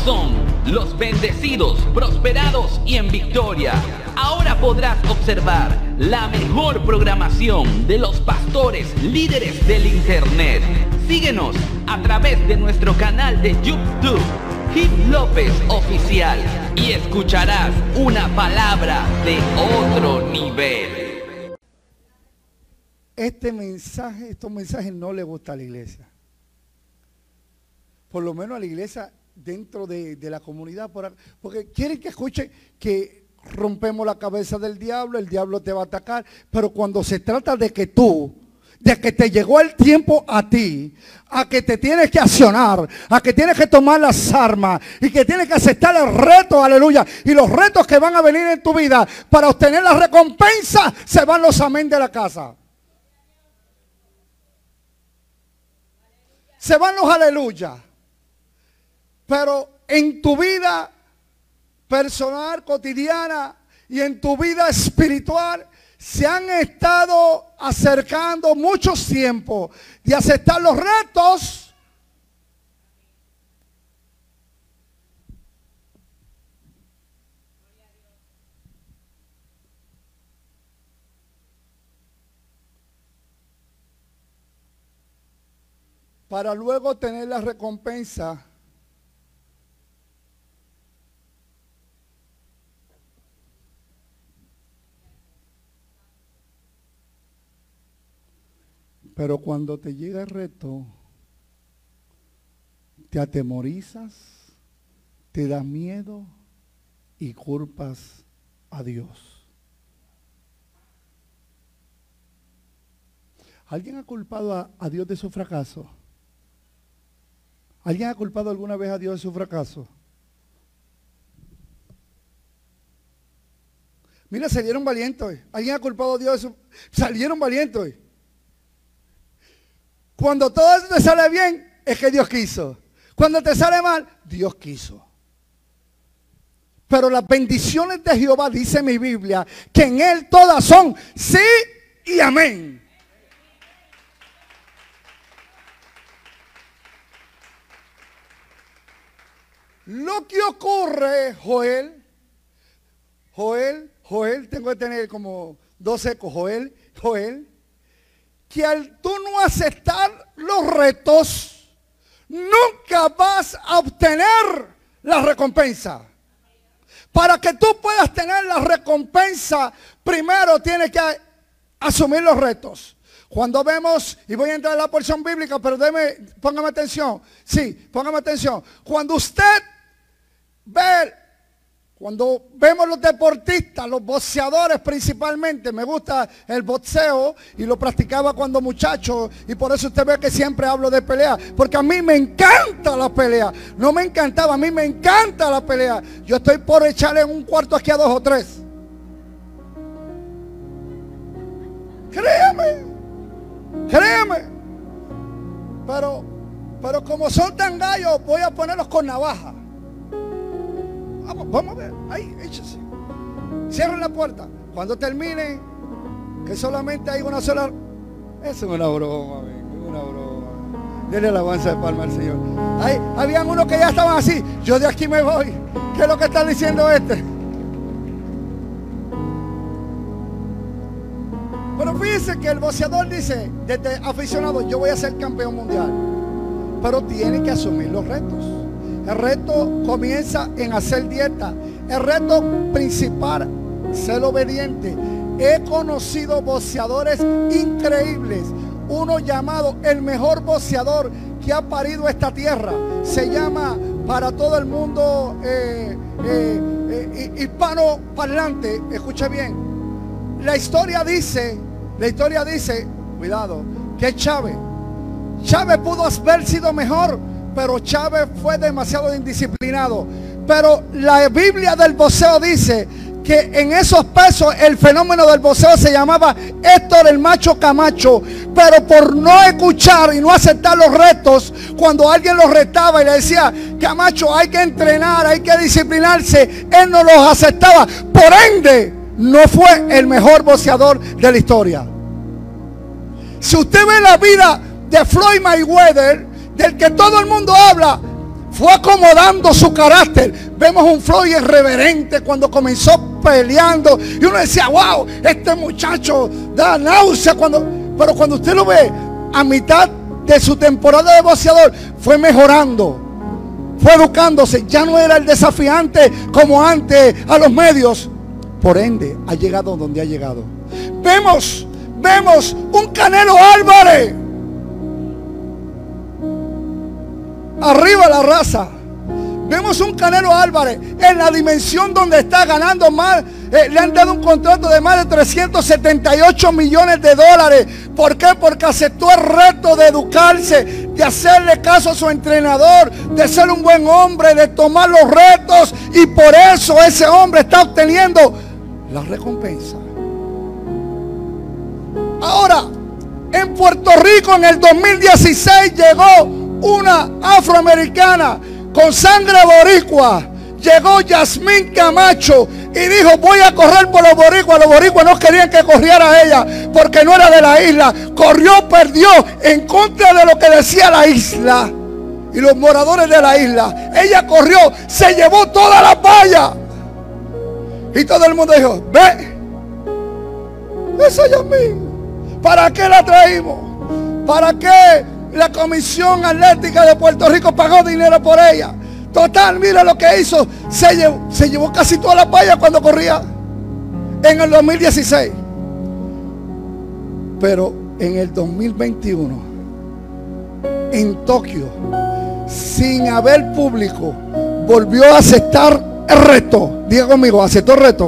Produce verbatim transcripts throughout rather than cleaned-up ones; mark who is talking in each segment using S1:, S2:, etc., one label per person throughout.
S1: son los bendecidos, prosperados y en victoria. Ahora podrás observar la mejor programación de los pastores líderes del internet. Síguenos a través de nuestro canal de YouTube, Gil López Oficial, y escucharás una palabra de otro nivel.
S2: Este mensaje, estos mensajes no le gusta a la iglesia. Por lo menos a la iglesia dentro de, de la comunidad, por, porque quieren que escuchen que rompemos la cabeza del diablo, el diablo te va a atacar, pero cuando se trata de que tú, de que te llegó el tiempo a ti, a que te tienes que accionar, a que tienes que tomar las armas y que tienes que aceptar el reto, aleluya, y los retos que van a venir en tu vida para obtener la recompensa, se van los amén de la casa. Se van los aleluya. Pero en tu vida personal, cotidiana y en tu vida espiritual se han estado acercando muchos tiempos de aceptar los retos para luego tener la recompensa. Pero cuando te llega el reto, te atemorizas, te da miedo y culpas a Dios. ¿Alguien ha culpado a, a Dios de su fracaso? ¿Alguien ha culpado alguna vez a Dios de su fracaso? Mira, salieron valientes hoy. ¿Alguien ha culpado a Dios de su... Salieron valientes hoy. Cuando todo te sale bien, es que Dios quiso. Cuando te sale mal, Dios quiso. Pero las bendiciones de Jehová, dice mi Biblia, que en Él todas son sí y amén. Lo que ocurre, Joel, Joel, Joel, tengo que tener como dos ecos, Joel, Joel, que al tú no aceptar los retos, nunca vas a obtener la recompensa. Para que tú puedas tener la recompensa, primero tienes que asumir los retos. Cuando vemos, y voy a entrar en la porción bíblica, pero déme, póngame atención, sí, póngame atención. Cuando usted ve, cuando vemos los deportistas, los boxeadores principalmente, me gusta el boxeo y lo practicaba cuando muchacho y por eso usted ve que siempre hablo de pelea, porque a mí me encanta la pelea, no me encantaba, a mí me encanta la pelea. Yo estoy por echarle un cuarto aquí a dos o tres. Créame, créame, pero, pero como son tan gallos, voy a ponerlos con navaja. Vamos, vamos a ver, ahí, échese. Cierren la puerta. Cuando termine, que solamente hay una sola. Es una broma, es una broma. Denle alabanza de palma al Señor. Ahí, habían unos que ya estaban así. Yo de aquí me voy. ¿Qué es lo que está diciendo este? Pero fíjense que el boxeador dice, desde aficionado, yo voy a ser campeón mundial. Pero tiene que asumir los retos. El reto comienza en hacer dieta. El reto principal, ser obediente. He conocido boxeadores increíbles. Uno llamado el mejor boxeador que ha parido esta tierra. Se llama para todo el mundo eh, eh, eh, hispano parlante. Escuche bien. La historia dice, la historia dice, cuidado, que Chávez, Chávez pudo haber sido mejor, pero Chávez fue demasiado indisciplinado. Pero la Biblia del boxeo dice que en esos pesos el fenómeno del boxeo se llamaba Héctor el Macho Camacho. Pero por no escuchar y no aceptar los retos, cuando alguien los retaba y le decía, Camacho, hay que entrenar, hay que disciplinarse, él no los aceptaba. Por ende, no fue el mejor boxeador de la historia. Si usted ve la vida de Floyd Mayweather, del que todo el mundo habla, fue acomodando su carácter. Vemos un Floyd irreverente cuando comenzó peleando y uno decía, wow, este muchacho da náusea cuando, pero cuando usted lo ve a mitad de su temporada de boxeador, fue mejorando, fue educándose, ya no era el desafiante como antes a los medios. Por ende, ha llegado donde ha llegado. Vemos, vemos un Canelo Álvarez. Arriba la raza. Vemos un Canelo Álvarez en la dimensión donde está ganando más. Eh, le han dado un contrato de más de trescientos setenta y ocho millones de dólares. ¿Por qué? Porque aceptó el reto de educarse, de hacerle caso a su entrenador, de ser un buen hombre, de tomar los retos. Y por eso ese hombre está obteniendo la recompensa. Ahora, en Puerto Rico en el dos mil dieciséis llegó una afroamericana con sangre boricua. Llegó Yasmín Camacho y dijo, voy a correr por los boricuas. Los boricuas no querían que corriera ella porque no era de la isla. Corrió, perdió en contra de lo que decía la isla y los moradores de la isla. Ella corrió, se llevó toda la valla. Y todo el mundo dijo, ve, esa Yasmín, ¿para qué la traímos? ¿Para qué la Comisión Atlética de Puerto Rico pagó dinero por ella? Total, mira lo que hizo. Se llevó, se llevó casi toda la valla cuando corría en el dos mil dieciséis. Pero en el dos mil veintiuno, en Tokio, sin haber público, volvió a aceptar el reto. Diga conmigo, aceptó el reto.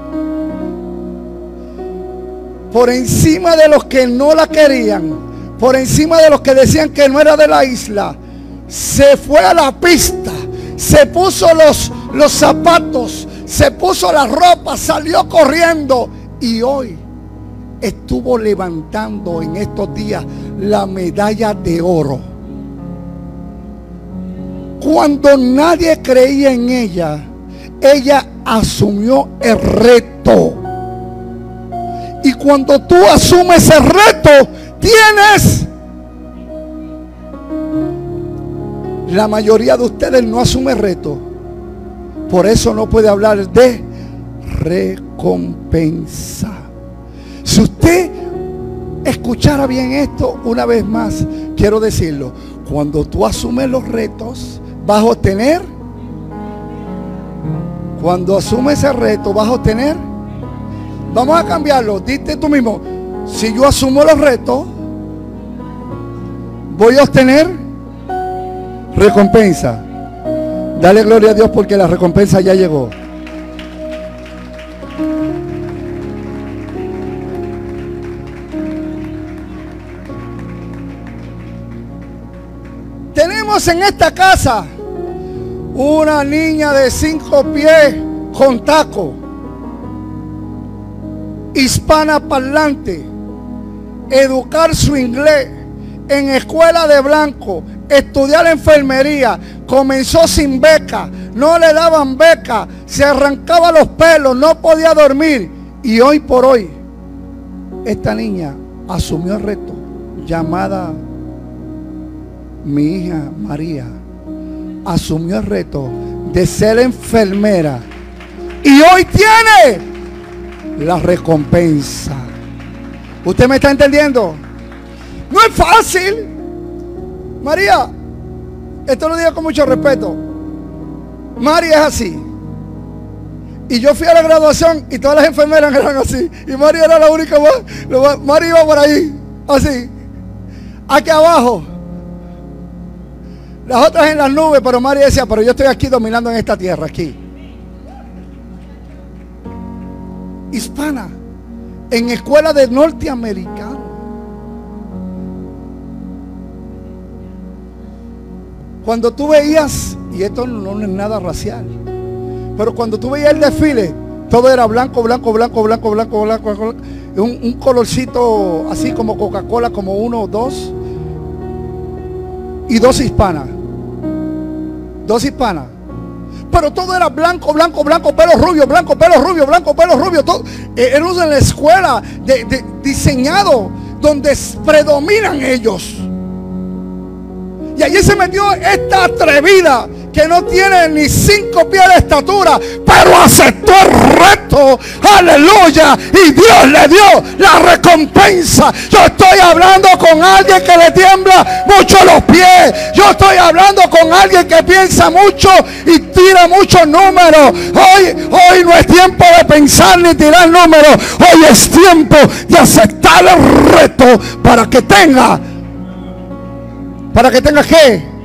S2: Por encima de los que no la querían, por encima de los que decían que no era de la isla, se fue a la pista, se puso los, los zapatos, se puso la ropa, salió corriendo y hoy estuvo levantando en estos días la medalla de oro. Cuando nadie creía en ella, ella asumió el reto. Y cuando tú asumes el reto, tienes. La mayoría de ustedes no asume el reto. Por eso no puede hablar de recompensa. Si usted escuchara bien esto una vez más, quiero decirlo, cuando tú asumes los retos, vas a obtener. Cuando asumes el reto, vas a obtener. Vamos a cambiarlo. Dite tú mismo, si yo asumo los retos, voy a obtener recompensa. Dale gloria a Dios porque la recompensa ya llegó. Tenemos en esta casa una niña de cinco pies con taco, hispana parlante, educar su inglés en escuela de blanco, estudiar enfermería, comenzó sin beca, no le daban beca, se arrancaba los pelos, no podía dormir. Y hoy por hoy, esta niña asumió el reto, llamada mi hija María, asumió el reto de ser enfermera. Y hoy tiene la recompensa. ¿Usted me está entendiendo? No es fácil. María, esto lo digo con mucho respeto, María es así. Y yo fui a la graduación y todas las enfermeras eran así. Y María era la única. María iba por ahí, así. Aquí abajo. Las otras en las nubes, pero María decía, pero yo estoy aquí dominando en esta tierra, aquí. Hispana, en escuela de norteamericano. Cuando tú veías, y esto no es nada racial, pero cuando tú veías el desfile, todo era blanco, blanco, blanco, blanco, blanco, blanco, blanco, un, un colorcito así como Coca-Cola, como uno o dos, y dos hispanas, dos hispanas, pero todo era blanco, blanco, blanco, pelo rubio, blanco, pelo rubio, blanco, pelo rubio, todo. Era en la escuela de, de, diseñado donde predominan ellos. Y allí se metió esta atrevida que no tiene ni cinco pies de estatura, pero aceptó el reto, aleluya, y Dios le dio la recompensa. Yo estoy hablando con alguien que le tiembla mucho los pies. Yo estoy hablando con alguien que piensa mucho y tira muchos números. Hoy, hoy no es tiempo de pensar ni tirar números. Hoy es tiempo de aceptar el reto para que tenga, para que tenga ¿qué?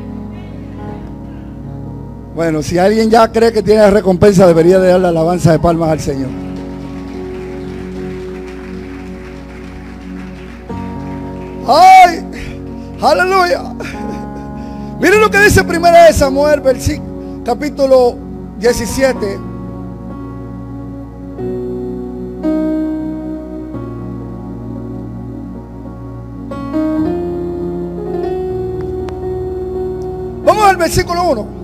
S2: Bueno, si alguien ya cree que tiene la recompensa, debería de darle alabanza de palmas al Señor. ¡Ay! ¡Aleluya! Miren lo que dice primera de Samuel, versículo, capítulo diecisiete. Vamos al versículo uno.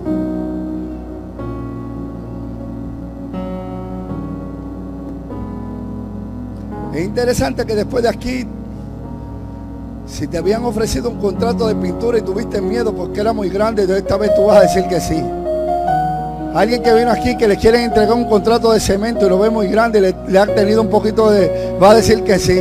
S2: Es interesante que después de aquí, si te habían ofrecido un contrato de pintura y tuviste miedo porque era muy grande, de esta vez tú vas a decir que sí. Alguien que vino aquí que le quieren entregar un contrato de cemento y lo ve muy grande y le, le ha tenido un poquito de, va a decir que sí.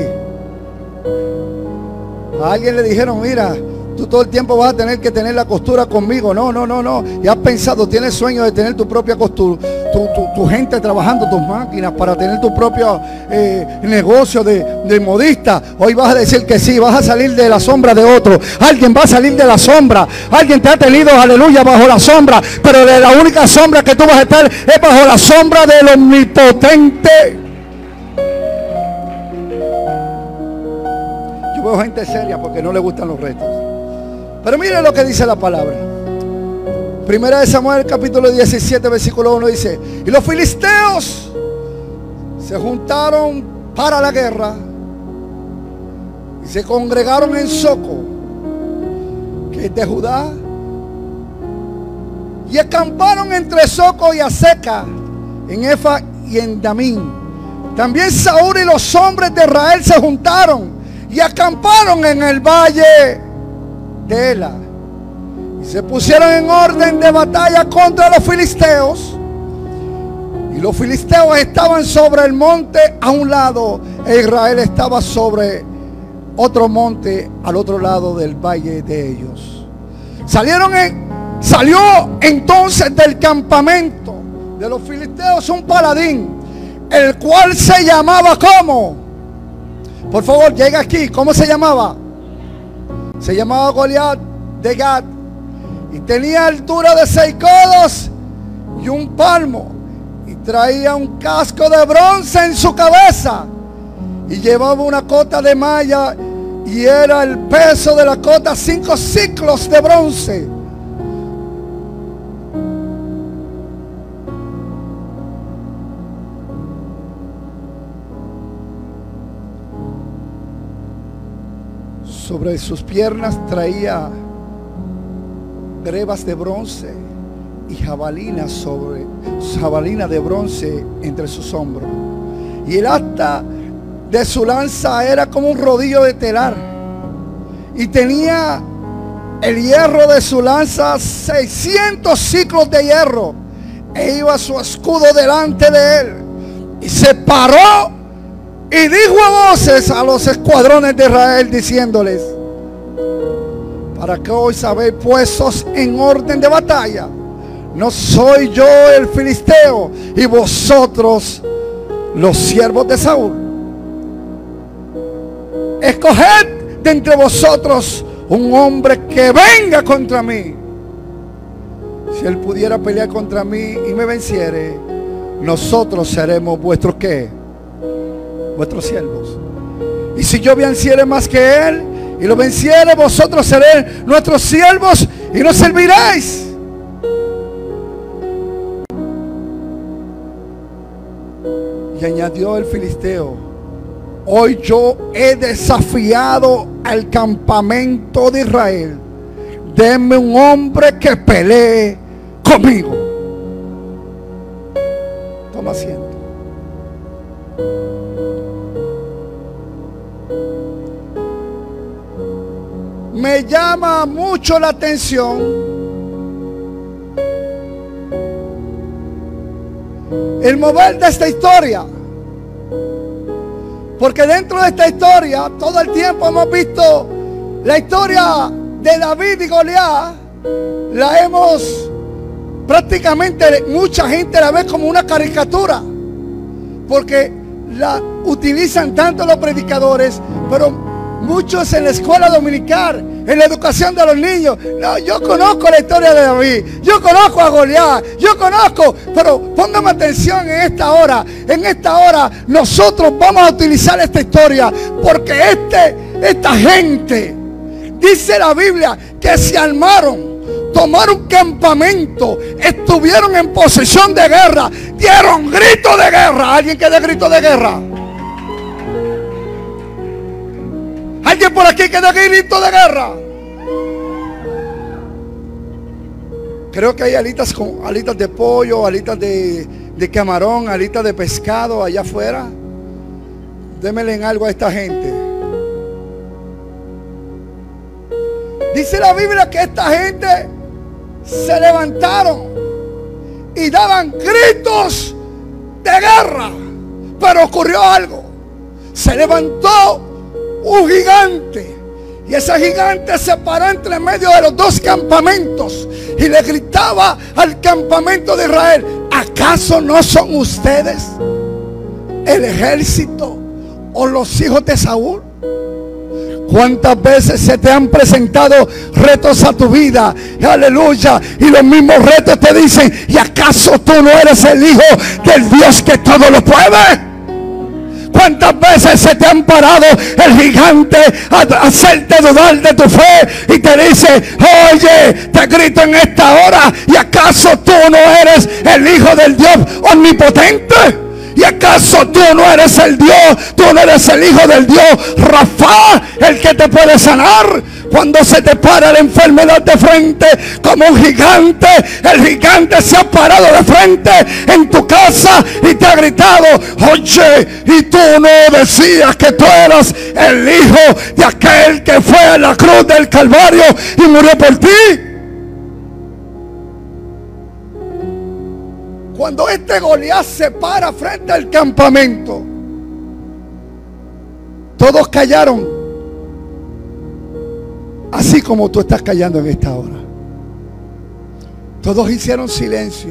S2: A alguien le dijeron, mira, tú todo el tiempo vas a tener que tener la costura conmigo. No, no, no, no. Y has pensado, tienes sueño de tener tu propia costura, tu, tu, tu gente trabajando, tus máquinas para tener tu propio eh, negocio de, de modista. Hoy vas a decir que sí, vas a salir de la sombra de otro. Alguien va a salir de la sombra. Alguien te ha tenido, aleluya, bajo la sombra. Pero de la única sombra que tú vas a estar es bajo la sombra del omnipotente. Yo veo gente seria porque no le gustan los retos. Pero miren lo que dice la palabra. Primera de Samuel, capítulo diecisiete, versículo uno dice: y los filisteos se juntaron para la guerra y se congregaron en Soco, que es de Judá, y acamparon entre Soco y Aseca, en Efa y en Damín. También Saúl y los hombres de Israel se juntaron y acamparon en el valle de Ela, y se pusieron en orden de batalla contra los filisteos. Y los filisteos estaban sobre el monte a un lado, e Israel estaba sobre otro monte al otro lado del valle de ellos. Salieron en, salió entonces del campamento de los filisteos un paladín, el cual se llamaba, ¿cómo? Por favor, llega aquí. ¿Cómo se llamaba? Se llamaba Goliat de Gat, y tenía altura de seis codos y un palmo, y traía un casco de bronce en su cabeza, y llevaba una cota de malla, y era el peso de la cota cinco ciclos de bronce. Sobre sus piernas traía grebas de bronce y jabalinas sobre jabalina de bronce entre sus hombros. Y el asta de su lanza era como un rodillo de telar. Y tenía el hierro de su lanza seiscientos ciclos de hierro. E iba su escudo delante de él. Y se paró y dijo a voces a los escuadrones de Israel, diciéndoles: para que hoy sabéis puestos en orden de batalla, no soy yo el filisteo, y vosotros los siervos de Saúl. Escoged de entre vosotros un hombre que venga contra mí. Si él pudiera pelear contra mí y me venciere, nosotros seremos vuestros ¿qué? Vuestros siervos. Y si yo venciere más que él y lo venciere, vosotros seréis nuestros siervos y nos serviréis. Y añadió el filisteo: hoy yo he desafiado al campamento de Israel. Denme un hombre que pelee conmigo. Toma asiento. me llama mucho la atención el mover de esta historia, porque dentro de esta historia todo el tiempo hemos visto la historia de David y Goliat. La hemos prácticamente, mucha gente la ve como una caricatura, porque la utilizan tanto los predicadores, pero muchos en la escuela dominical, en la educación de los niños. No, yo conozco la historia de David, yo conozco a Goliat, yo conozco, pero póngame atención en esta hora. En esta hora nosotros vamos a utilizar esta historia, porque este, esta gente, dice la Biblia, que se armaron, tomaron campamento, estuvieron en posesión de guerra, dieron grito de guerra. ¿Alguien que dé grito de guerra? ¿Alguien por aquí que dé grito de guerra? Creo que hay alitas con alitas de pollo, alitas de, de camarón, alitas de pescado allá afuera. Démele en algo a esta gente. Dice la Biblia que esta gente se levantaron y daban gritos de guerra. Pero ocurrió algo. Se levantó un gigante, y ese gigante se paró entre medio de los dos campamentos y le gritaba al campamento de Israel: ¿acaso no son ustedes el ejército o los hijos de Saúl? ¿Cuántas veces se te han presentado retos a tu vida? Aleluya. Y los mismos retos te dicen: ¿y acaso tú no eres el hijo del Dios que todo lo puede? ¿Cuántas veces se te han parado el gigante a hacerte dudar de tu fe y te dice: oye, te grito en esta hora, ¿y acaso tú no eres el hijo del Dios omnipotente? ¿Y acaso tú no eres el Dios, tú no eres el hijo del Dios Rafa, el que te puede sanar? Cuando se te para la enfermedad de frente como un gigante, el gigante se ha parado de frente en tu casa y te ha gritado: oye, y tú no decías que tú eras el hijo de aquel que fue a la cruz del Calvario y murió por ti. Cuando este Goliat se para frente al campamento, todos callaron, así como tú estás callando en esta hora. Todos hicieron silencio.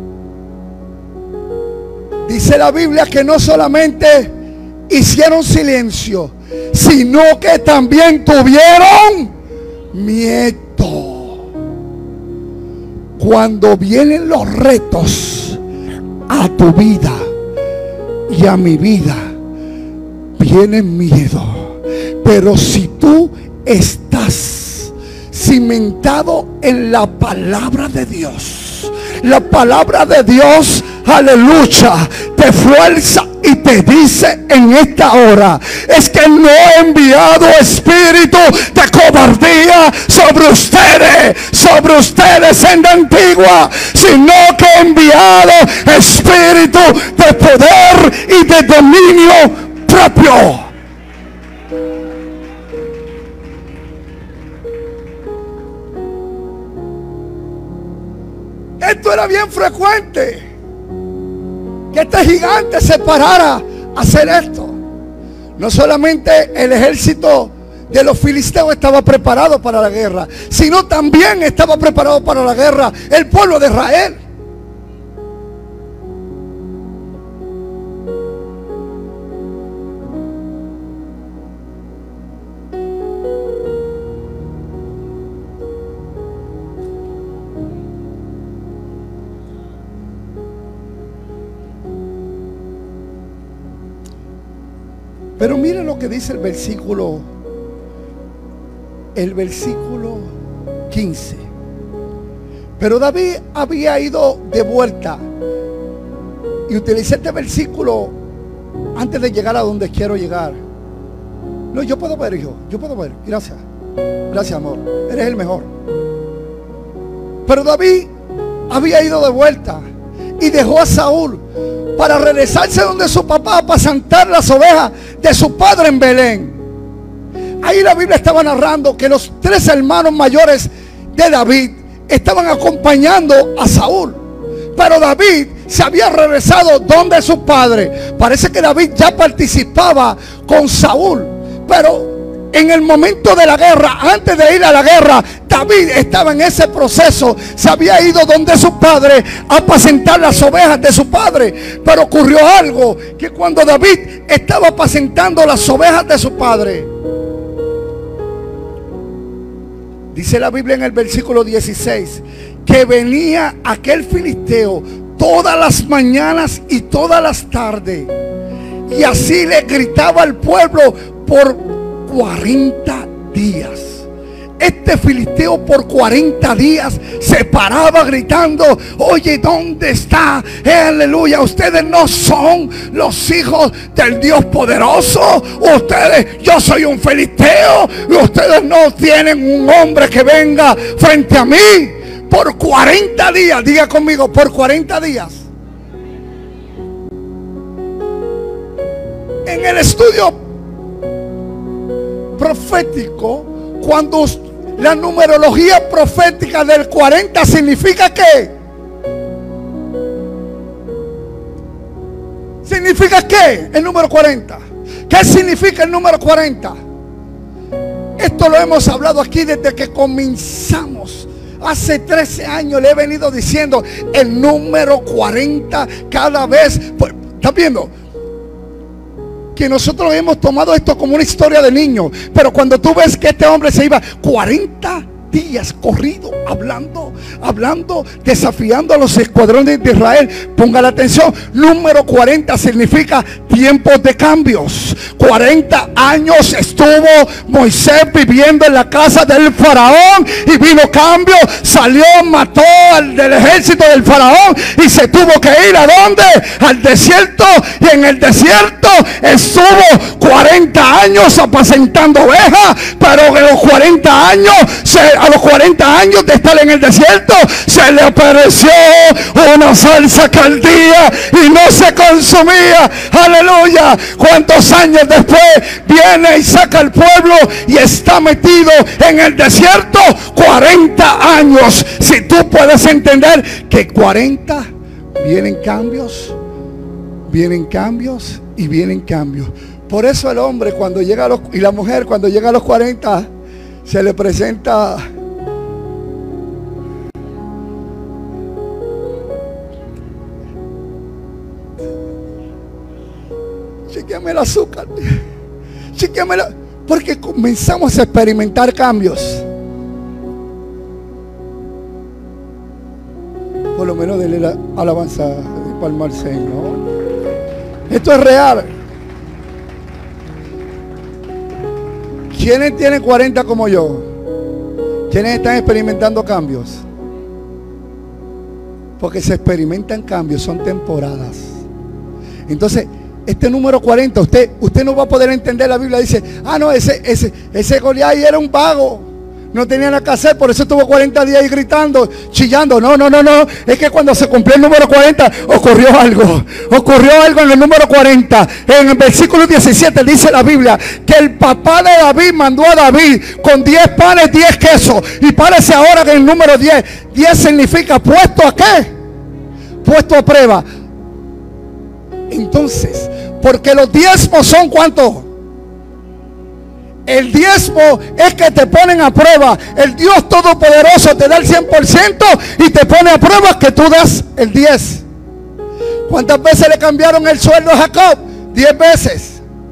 S2: Dice la Biblia que no solamente hicieron silencio, sino que también tuvieron miedo. Cuando vienen los retos a tu vida y a mi vida, viene miedo. Pero si tú estás cimentado en la palabra de Dios, la palabra de Dios, aleluya, te fuerza y te dice en esta hora: es que no he enviado espíritu de cobardía sobre ustedes, sobre ustedes en la antigua, sino que he enviado espíritu de poder y de dominio propio. Esto era bien frecuente, que este gigante se parara a hacer esto. No solamente el ejército de los filisteos estaba preparado para la guerra, sino también estaba preparado para la guerra el pueblo de Israel. Pero mire lo que dice el versículo, el versículo quince. Pero David había ido de vuelta, y utilicé este versículo antes de llegar a donde quiero llegar. No, yo puedo ver, hijo, yo puedo ver. Gracias, gracias, amor, eres el mejor. Pero David había ido de vuelta y dejó a Saúl para regresarse donde su papá, para santar las ovejas de su padre en Belén. ahí la Biblia estaba narrando que los tres hermanos mayores de David estaban acompañando a Saúl. Pero David se había regresado donde su padre. Parece que David ya participaba con Saúl. Pero en el momento de la guerra, antes de ir a la guerra, David estaba en ese proceso. Se había ido donde su padre a apacentar las ovejas de su padre. Pero ocurrió algo, que cuando David estaba apacentando las ovejas de su padre, dice la Biblia en el versículo dieciséis, que venía aquel filisteo todas las mañanas y todas las tardes, y así le gritaba al pueblo por cuarenta días. Este filisteo por cuarenta días se paraba gritando: oye, ¿dónde está? Aleluya, ustedes no son los hijos del Dios poderoso. Ustedes, yo soy un filisteo y ustedes no tienen un hombre que venga frente a mí. Por cuarenta días, diga conmigo, por cuarenta días. En el estudio profético, cuando la numerología profética del cuarenta significa ¿qué? ¿Significa qué? El número cuarenta. ¿Qué significa el número cuarenta? Esto lo hemos hablado aquí desde que comenzamos. Hace trece años le he venido diciendo el número cuarenta cada vez. ¿Estás viendo? Que nosotros hemos tomado esto como una historia de niño. Pero cuando tú ves que este hombre se iba cuarenta días corrido, hablando, hablando, desafiando a los escuadrones de Israel, ponga la atención, número cuarenta significa tiempos de cambios. cuarenta años estuvo Moisés viviendo en la casa del faraón y vino cambio, salió, mató al del ejército del faraón y se tuvo que ir ¿a dónde? Al desierto, y en el desierto estuvo cuarenta años apacentando ovejas. Pero en los cuarenta años se a los cuarenta años de estar en el desierto, se le apareció una salsa caldía y no se consumía. Aleluya. ¿Cuántos años después viene y saca al pueblo y está metido en el desierto? cuarenta años. Si tú puedes entender que cuarenta vienen cambios, vienen cambios y vienen cambios. Por eso el hombre cuando llega a los, y la mujer cuando llega a los cuarenta, se le presenta chequeame el azúcar, chequeame la, porque comenzamos a experimentar cambios. Por lo menos dele la alabanza de palmar Señor. Esto es real. ¿Quiénes tienen cuarenta como yo? ¿Quiénes están experimentando cambios? Porque se experimentan cambios, son temporadas. Entonces, este número cuarenta, usted, usted no va a poder entender la Biblia. Dice, ah no, ese, ese, ese Goliat era un vago, no tenía nada que hacer, por eso estuvo cuarenta días ahí gritando, chillando. No, no, no, no. Es que cuando se cumplió el número cuarenta, ocurrió algo. Ocurrió algo en el número cuarenta. En el versículo diecisiete dice la Biblia que el papá de David mandó a David con diez panes, diez quesos. Y parece ahora que el número diez, diez significa puesto a qué? Puesto a prueba. Entonces, porque los diezmos son ¿cuánto? El diezmo es que te ponen a prueba. El Dios Todopoderoso te da el cien por ciento y te pone a prueba que tú das el diez. ¿Cuántas veces le cambiaron el sueldo a Jacob? Diez veces.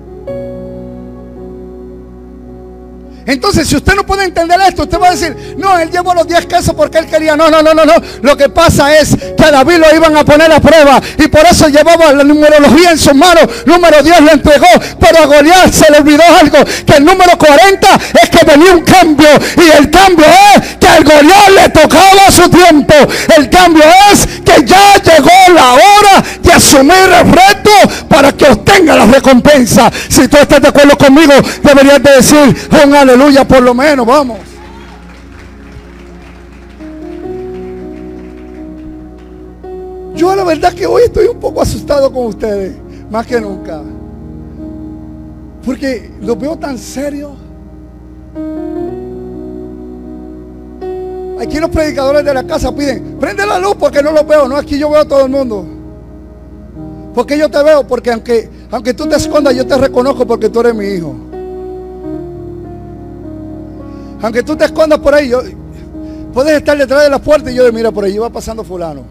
S2: Entonces, si usted no puede entender esto, usted va a decir, no, él llevó los diez quesos porque él quería. No, no, no, no, no. Lo que pasa es que a David lo iban a poner a prueba y por eso llevaba la numerología en sus manos. Número diez lo entregó, pero a Goliat se le olvidó algo, que el número cuarenta es que venía un cambio, y el cambio es que al Goliat le tocaba su tiempo. El cambio es que ya llegó la hora de asumir el reto para que obtenga la recompensa. Si tú estás de acuerdo conmigo, deberías de decir un aleluya. Aleluya, por lo menos, vamos. Yo la verdad que hoy estoy un poco asustado con ustedes, más que nunca, porque los veo tan serios. Aquí los predicadores de la casa piden, prende la luz porque no los veo. No, aquí yo veo a todo el mundo. Porque yo te veo, porque aunque, aunque tú te escondas, yo te reconozco porque tú eres mi hijo. Aunque tú te escondas por ahí, yo, puedes estar detrás de la puerta y yo, mira, por ahí va pasando fulano.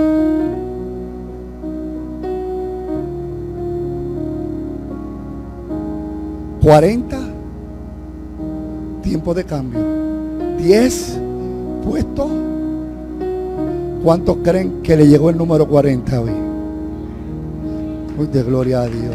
S2: cuarenta tiempo de cambio. diez puestos. ¿Cuántos creen que le llegó el número cuarenta hoy? Uy, de gloria a Dios.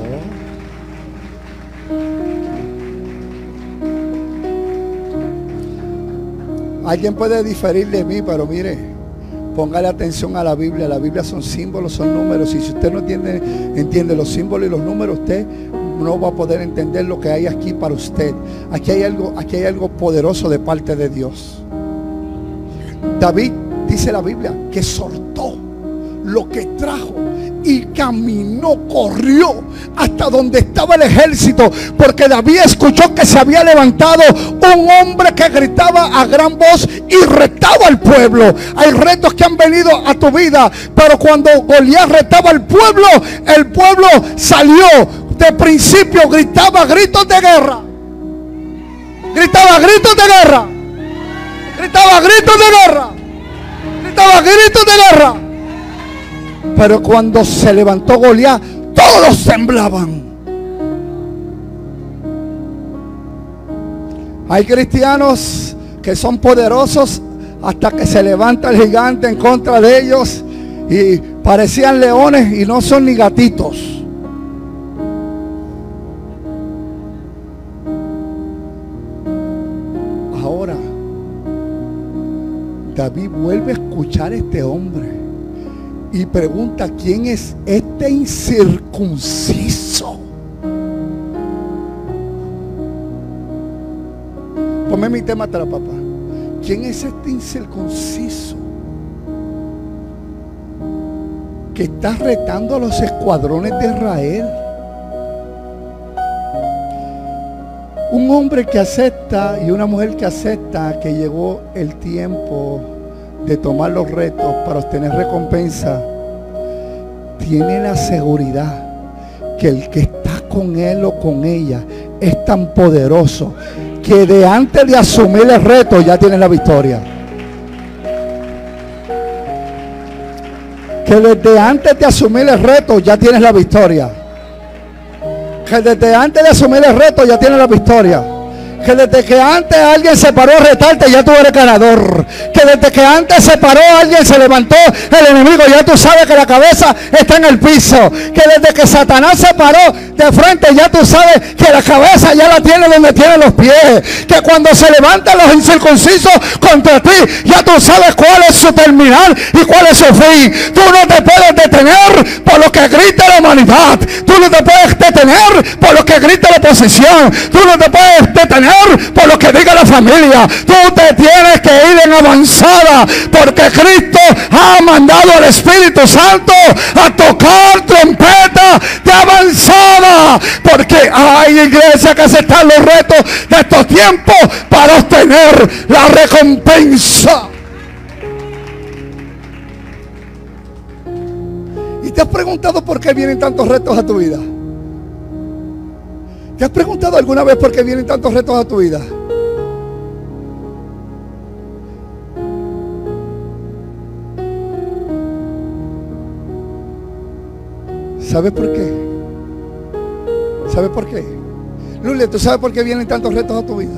S2: Alguien puede diferir de mí, pero mire, póngale atención a la Biblia. La Biblia son símbolos, son números. Y si usted no entiende, entiende los símbolos y los números, usted no va a poder entender lo que hay aquí para usted. Aquí hay algo, aquí hay algo poderoso de parte de Dios. David, dice la Biblia, que soltó lo que trajo y caminó, corrió hasta donde estaba el ejército, porque David escuchó que se había levantado un hombre que gritaba a gran voz y retaba al pueblo. Hay retos que han venido a tu vida, pero cuando Goliat retaba al pueblo, el pueblo salió de principio, gritaba gritos de guerra, gritaba gritos de guerra, gritaba gritos de guerra, gritaba gritos de guerra. Pero cuando se levantó Goliat, todos temblaban. Hay cristianos que son poderosos hasta que se levanta el gigante en contra de ellos y parecían leones y no son ni gatitos. Ahora David vuelve a escuchar a este hombre y pregunta, ¿quién es este incircunciso? Ponme mi tema atrás, papá. ¿Quién es este incircunciso que está retando a los escuadrones de Israel? Un hombre que acepta y una mujer que acepta que llegó el tiempo de tomar los retos para obtener recompensa, tiene la seguridad que el que está con él o con ella es tan poderoso que de antes de asumir el reto ya tiene la victoria. Que desde antes de asumir el reto ya tienes la victoria. Que desde antes de asumir el reto ya tienes la victoria. Que desde que antes alguien se paró a retarte, ya tú eres ganador. Que desde que antes se paró alguien, se levantó el enemigo, ya tú sabes que la cabeza está en el piso. Que desde que Satanás se paró de frente, ya tú sabes que la cabeza ya la tiene donde tiene los pies. Que cuando se levantan los incircuncisos contra ti, ya tú sabes cuál es su terminal y cuál es su fin. Tú no te puedes detener por lo que grita la humanidad. Tú no te puedes detener por lo que grita la oposición. Tú no te puedes detener por lo que diga la familia. Tú te tienes que ir en avanzada, porque Cristo ha mandado al Espíritu Santo a tocar trompeta de avanzada, porque hay iglesia que aceptan los retos de estos tiempos para obtener la recompensa. ¿Y te has preguntado por qué vienen tantos retos a tu vida? ¿Te has preguntado alguna vez por qué vienen tantos retos a tu vida? ¿Sabes por qué? ¿Sabes por qué? Lulia, ¿tú sabes por qué vienen tantos retos a tu vida?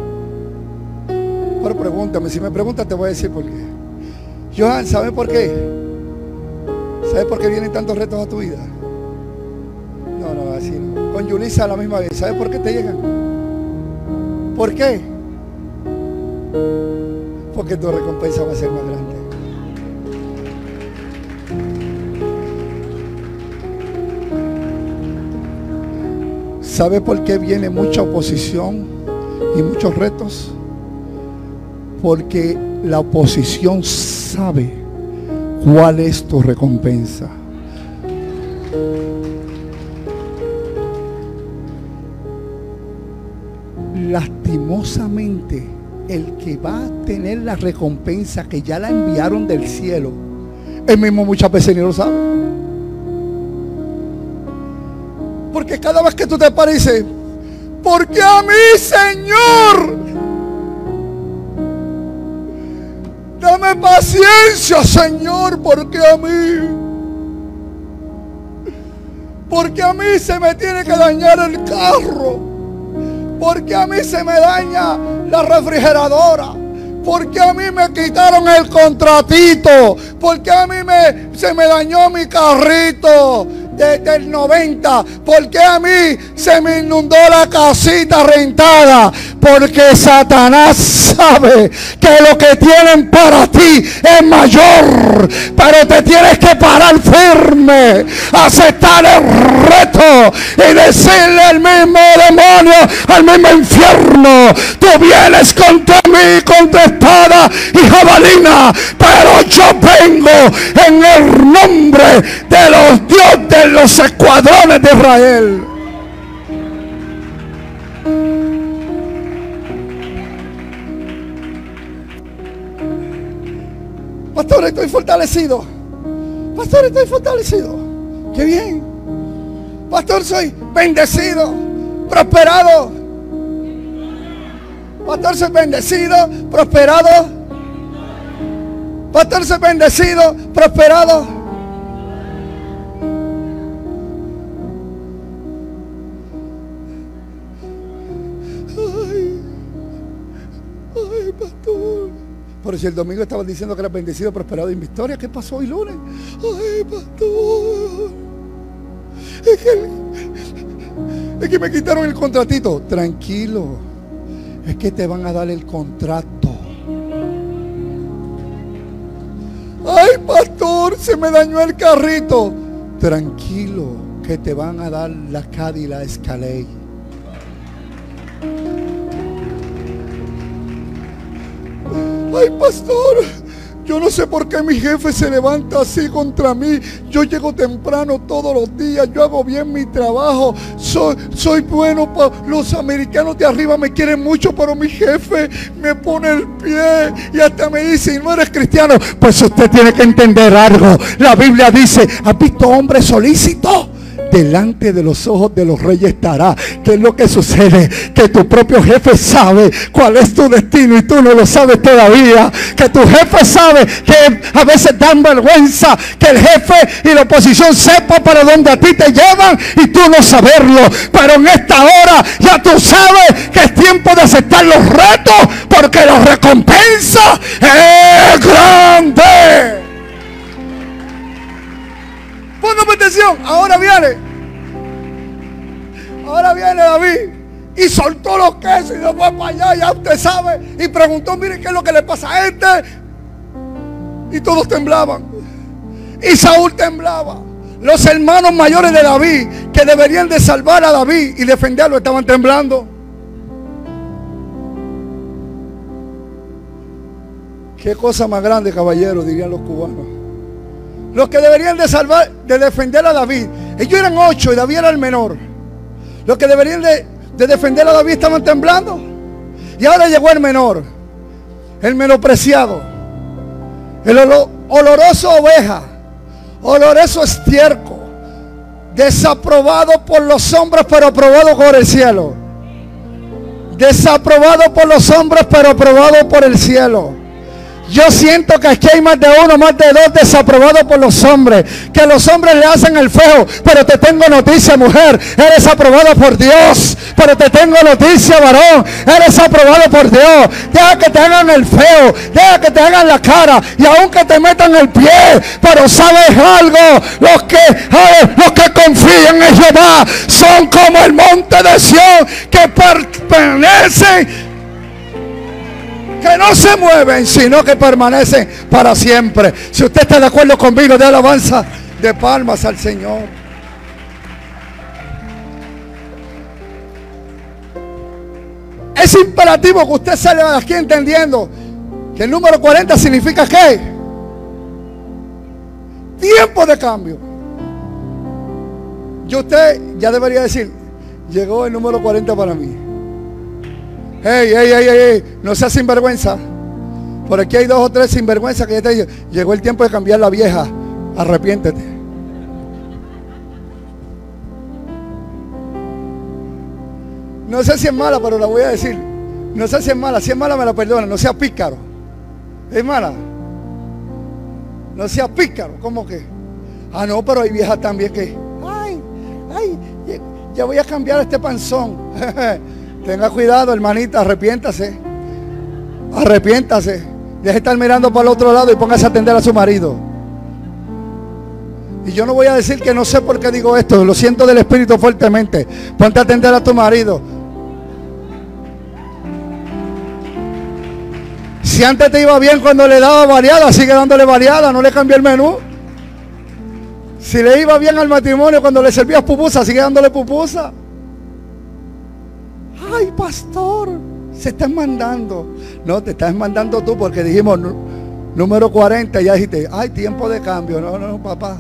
S2: Pero pregúntame, si me preguntas te voy a decir por qué. Johan, ¿sabes por qué? ¿Sabes por qué vienen tantos retos a tu vida? No, no, así no. Con Yulisa a la misma vez. ¿Sabes por qué te llegan? ¿Por qué? Porque tu recompensa va a ser más grande. ¿Sabes por qué viene mucha oposición y muchos retos? Porque la oposición sabe cuál es tu recompensa. Lastimosamente, el que va a tener la recompensa que ya la enviaron del cielo, él mismo muchas veces ni lo sabe. Porque cada vez que tú te paras y dices, ¿por qué a mí, Señor? Dame paciencia, Señor, ¿por qué a mí? Porque a mí se me tiene que dañar el carro. Porque a mí se me daña la refrigeradora. Porque a mí me quitaron el contratito. Porque a mí me, se me dañó mi carrito desde el noventa. Porque a mí se me inundó la casita rentada. Porque Satanás sabe que lo que tienen para ti es mayor. Pero te tienes que parar firme, aceptar el reto y decirle al mismo demonio, al mismo infierno: tú vienes contra mí, contra espada y jabalina, pero yo vengo en el nombre de los dioses de los escuadrones de Israel. Pastor, estoy fortalecido. Pastor, estoy fortalecido. Qué bien. Pastor, soy bendecido, prosperado. Pastor, soy bendecido, prosperado. Pastor, soy bendecido, prosperado. Ay, ay, pastor. Por si el domingo estaban diciendo que era bendecido, prosperado y en victoria, ¿qué pasó hoy lunes? Ay, pastor, es que, es que me quitaron el contratito. Tranquilo, es que te van a dar el contrato. Ay, pastor, se me dañó el carrito. Tranquilo, que te van a dar la Cadillac Escalade. Ay, pastor, yo no sé por qué mi jefe se levanta así contra mí. Yo llego temprano todos los días, yo hago bien mi trabajo, soy, soy bueno. Pa los americanos de arriba me quieren mucho, pero mi jefe me pone el pie y hasta me dice: ¿y no eres cristiano? Pues usted tiene que entender algo. La Biblia dice: ¿has visto hombre solícito? Delante de los ojos de los reyes estará. ¿Qué es lo que sucede? Que tu propio jefe sabe cuál es tu destino y tú no lo sabes todavía. Que tu jefe sabe que a veces dan vergüenza que el jefe y la oposición sepa para dónde a ti te llevan y tú no saberlo. Pero en esta hora ya tú sabes que es tiempo de aceptar los retos, porque la recompensa es grande. Póngame atención, ahora viene Ahora viene David y soltó los quesos y se fue para allá, ya usted sabe, y preguntó: mire, ¿qué es lo que le pasa a este? Y todos temblaban, y Saúl temblaba. Los hermanos mayores de David, que deberían de salvar a David y defenderlo, estaban temblando. Qué cosa más grande, caballero, dirían los cubanos. Los que deberían de salvar, de defender a David, ellos eran ocho y David era el menor. Los que deberían de, de defender a David estaban temblando. Y ahora llegó el menor, el menospreciado, el olor, oloroso oveja, oloroso estiércol, desaprobado por los hombres, pero aprobado por el cielo. Desaprobado por los hombres, pero aprobado por el cielo. Yo siento que aquí hay más de uno, más de dos desaprobados por los hombres, que los hombres le hacen el feo. Pero te tengo noticia, mujer, eres aprobada por Dios. Pero te tengo noticia, varón, eres aprobado por Dios. Deja que te hagan el feo, deja que te hagan la cara y aunque te metan el pie. Pero sabes algo, los que, eh, los que confían en Jehová son como el monte de Sión, que pertenecen, que no se mueven, sino que permanecen para siempre. Si usted está de acuerdo conmigo, de alabanza de palmas al Señor. Es imperativo que usted salga de aquí entendiendo que el número cuarenta significa ¿qué? Tiempo de cambio. Y usted ya debería decir: llegó el número cuarenta para mí. Hey, hey, hey, hey, hey, no seas sinvergüenza. Por aquí hay dos o tres sinvergüenza que ya te digo, llegó el tiempo de cambiar la vieja. Arrepiéntete. No sé si es mala, pero la voy a decir. No sé si es mala. Si es mala me la perdona. No sea pícaro. ¿Es mala? No sea pícaro. ¿Cómo que? Ah, no, pero hay viejas también que... Ay, ay, ya voy a cambiar este panzón. Tenga cuidado, hermanita, arrepiéntase. Arrepiéntase. Deje de estar mirando para el otro lado y póngase a atender a su marido. Y yo no voy a decir que no sé por qué digo esto. Lo siento del Espíritu fuertemente. Ponte a atender a tu marido. Si antes te iba bien cuando le daba variada, sigue dándole variada, no le cambié el menú. Si le iba bien al matrimonio cuando le servías pupusa, sigue dándole pupusa. Ay, pastor, se están mandando. No, te estás mandando tú porque dijimos número cuarenta y ya dijiste, ay, tiempo de cambio. No, no, papá.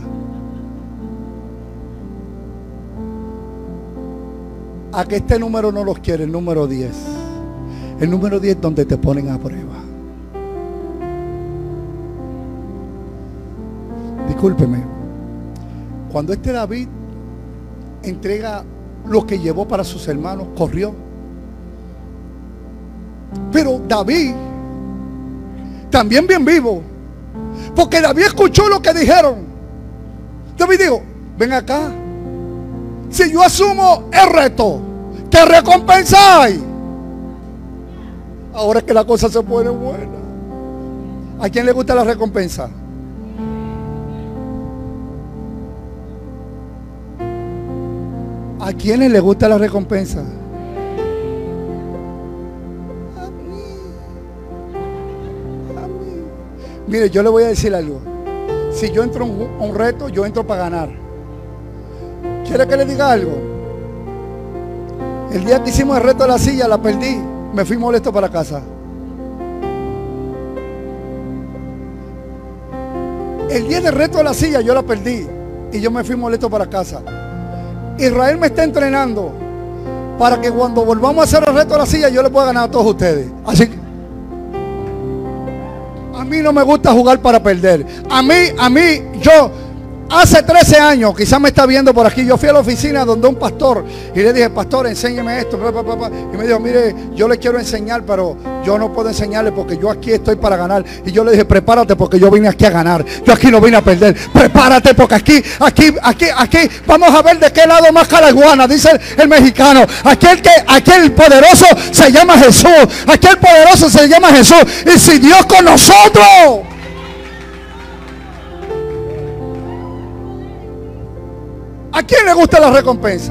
S2: A que este número no los quiere, el número diez. El número diez donde te ponen a prueba. Discúlpeme. Cuando este David entrega lo que llevó para sus hermanos, corrió. Pero David también bien vivo, porque David escuchó lo que dijeron. David dijo, ven acá, si yo asumo el reto, ¿qué recompensa hay? Ahora es que la cosa se pone buena. ¿A quién le gusta la recompensa? ¿A quiénes le gusta la recompensa? A mí. A mí. Mire, yo le voy a decir algo. Si yo entro a un, un reto, yo entro para ganar. ¿Quiere que le diga algo? El día que hicimos el reto de la silla, la perdí. Me fui molesto para casa. El día del reto de la silla, yo la perdí. Y yo me fui molesto para casa. Israel me está entrenando para que cuando volvamos a hacer el reto de la silla yo le pueda ganar a todos ustedes. Así que a mí no me gusta jugar para perder. A mí, a mí, yo hace trece años, quizás me está viendo por aquí, yo fui a la oficina donde un pastor y le dije, pastor, enséñeme esto, y me dijo, mire, yo le quiero enseñar, pero yo no puedo enseñarle porque yo aquí estoy para ganar. Y yo le dije, prepárate porque yo vine aquí a ganar, yo aquí no vine a perder. Prepárate porque aquí, aquí, aquí, aquí vamos a ver de qué lado más calaguana, dice el, el mexicano. Aquel que, aquel poderoso se llama Jesús, aquel poderoso se llama Jesús. Y si Dios con nosotros, ¿a quién le gusta la recompensa?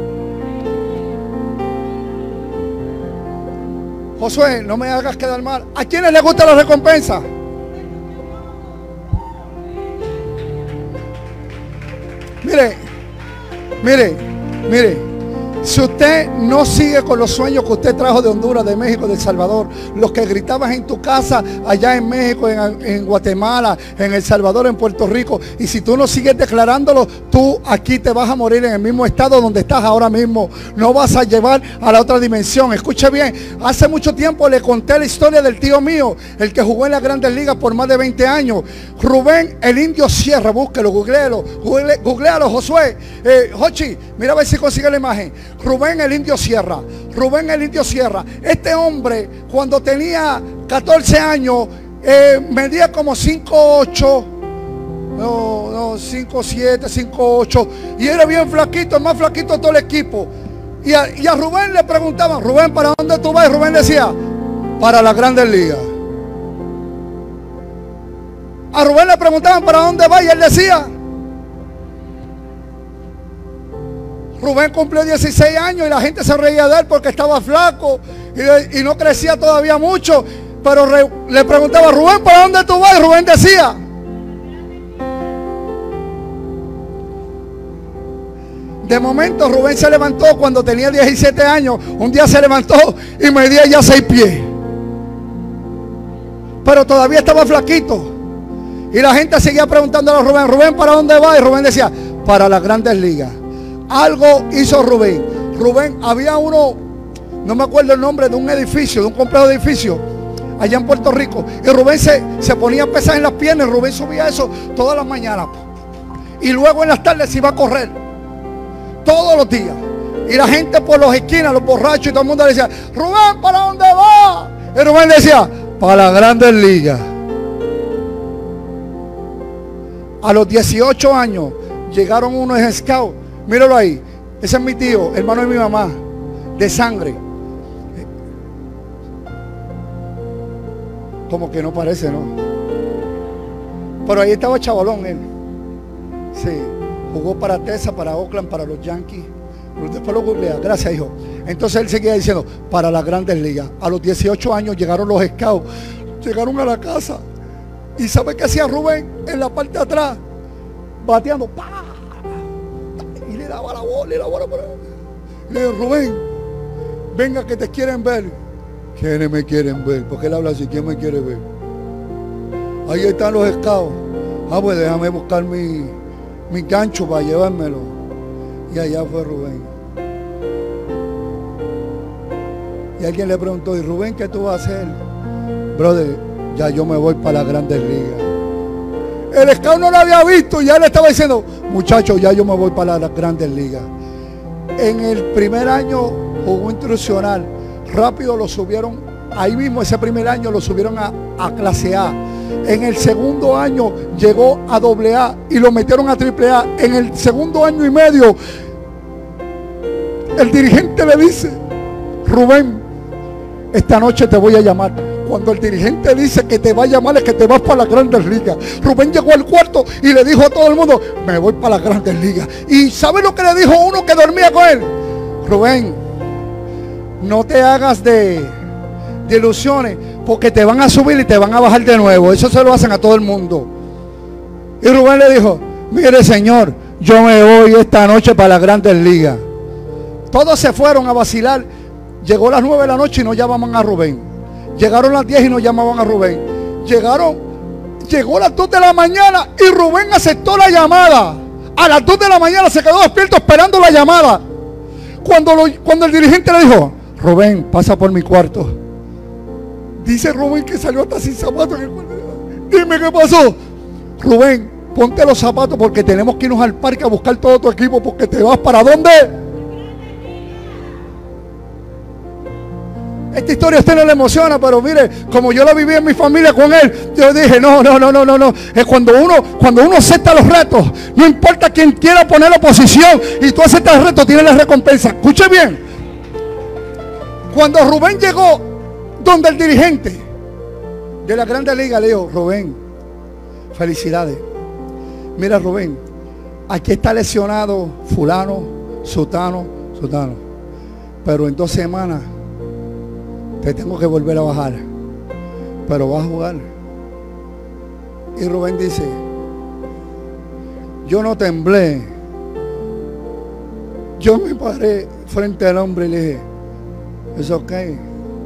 S2: Josué, no me hagas quedar mal. ¿A quiénes le gusta la recompensa? Mire, mire, mire. Si usted no sigue con los sueños que usted trajo de Honduras, de México, de El Salvador, los que gritabas en tu casa allá en México, en, en Guatemala, en El Salvador, en Puerto Rico, y si tú no sigues declarándolo, tú aquí te vas a morir en el mismo estado donde estás ahora mismo. No vas a llevar a la otra dimensión. Escuche bien, hace mucho tiempo le conté la historia del tío mío, el que jugó en las Grandes Ligas por más de veinte años, Rubén el Indio Sierra. Búsquelo, googlealo, google, googlealo, Josué, eh, Jochi, mira a ver si consigue la imagen. Rubén el Indio Sierra, Rubén el Indio Sierra. Este hombre cuando tenía catorce años eh, medía como cinco ocho, no, no, cinco siete, cinco ocho, y era bien flaquito, el más flaquito de todo el equipo. Y a, y a Rubén le preguntaban, Rubén, ¿para dónde tú vas? Y Rubén decía, para las Grandes Ligas. A Rubén le preguntaban, ¿para dónde va? Y él decía, Rubén cumplió dieciséis años y la gente se reía de él porque estaba flaco y, y no crecía todavía mucho. Pero re, le preguntaba, Rubén, ¿para dónde tú vas? Y Rubén decía. De momento Rubén se levantó cuando tenía diecisiete años. Un día se levantó y medía ya seis pies. Pero todavía estaba flaquito. Y la gente seguía preguntándole a Rubén, Rubén, ¿para dónde va? Y Rubén decía, para las Grandes Ligas. Algo hizo Rubén. Rubén, había uno no me acuerdo el nombre, de un edificio, de un complejo de edificio allá en Puerto Rico. Y Rubén se, se ponía pesas en las piernas. Rubén subía eso todas las mañanas. Y luego en las tardes se iba a correr. Todos los días. Y la gente por las esquinas, los borrachos y todo el mundo le decía: Rubén, ¿para dónde va? Y Rubén decía: para las Grandes Ligas. A los dieciocho años llegaron unos scouts. Míralo ahí. Ese es mi tío, hermano de mi mamá, de sangre. Como que no parece, ¿no? Pero ahí estaba chavalón él. Sí, jugó para Texas, para Oakland, para los Yankees. Después lo googlea. Gracias, hijo. Entonces él seguía diciendo: para las Grandes Ligas. A los dieciocho años llegaron los scouts. Llegaron a la casa. ¿Y sabe qué hacía Rubén? En la parte de atrás, bateando. ¡Pah! Y le daba la bola y la bola por ahí. Y le dijo: Rubén, venga que te quieren ver. ¿Quiénes me quieren ver? Porque él habla así: ¿quién me quiere ver? Ahí están los scouts. Ah, pues déjame buscar mi, mi gancho para llevármelo. Y allá fue Rubén. Y alguien le preguntó: ¿y Rubén qué tú vas a hacer? Brother, ya yo me voy para las Grandes Ligas. El scout no lo había visto y ya le estaba diciendo: muchachos, ya yo me voy para las Grandes Ligas. En el primer año jugó instruccional. Rápido lo subieron, ahí mismo ese primer año lo subieron a, a clase A. En el segundo año llegó a doble A y lo metieron a triple A. En el segundo año y medio, el dirigente le dice: Rubén, esta noche te voy a llamar. Cuando el dirigente dice que te va a llamar, es que te vas para las Grandes Ligas. Rubén llegó al cuarto y le dijo a todo el mundo: me voy para las Grandes Ligas. ¿Y sabe lo que le dijo uno que dormía con él? Rubén, no te hagas de, de ilusiones, porque te van a subir y te van a bajar de nuevo. Eso se lo hacen a todo el mundo. Y Rubén le dijo: mire, señor, yo me voy esta noche para las Grandes Ligas. Todos se fueron a vacilar. Llegó a las nueve de la noche y no llamaban a Rubén. Llegaron las diez y no llamaban a Rubén. Llegaron, llegó a las dos de la mañana y Rubén aceptó la llamada. A las dos de la mañana se quedó despierto esperando la llamada. Cuando, lo, cuando el dirigente le dijo: Rubén, pasa por mi cuarto. Dice Rubén que salió hasta sin zapatos. Dime qué pasó. Rubén, ponte los zapatos porque tenemos que irnos al parque a buscar todo tu equipo, porque te vas para dónde. Esta historia a usted no le emociona, pero mire, como yo la viví en mi familia con él, yo dije: no, no, no, no, no, no. Es cuando uno, cuando uno acepta los retos, no importa quién quiera poner la oposición, y tú aceptas el reto, tienes la recompensa. Escuche bien. Cuando Rubén llegó donde el dirigente de la Grandes Ligas, le dijo: Rubén, felicidades. Mira, Rubén, aquí está lesionado fulano, sutano, sutano. Pero en dos semanas te tengo que volver a bajar. Pero vas a jugar. Y Rubén dice: yo no temblé. Yo me paré frente al hombre y le dije: it's okay.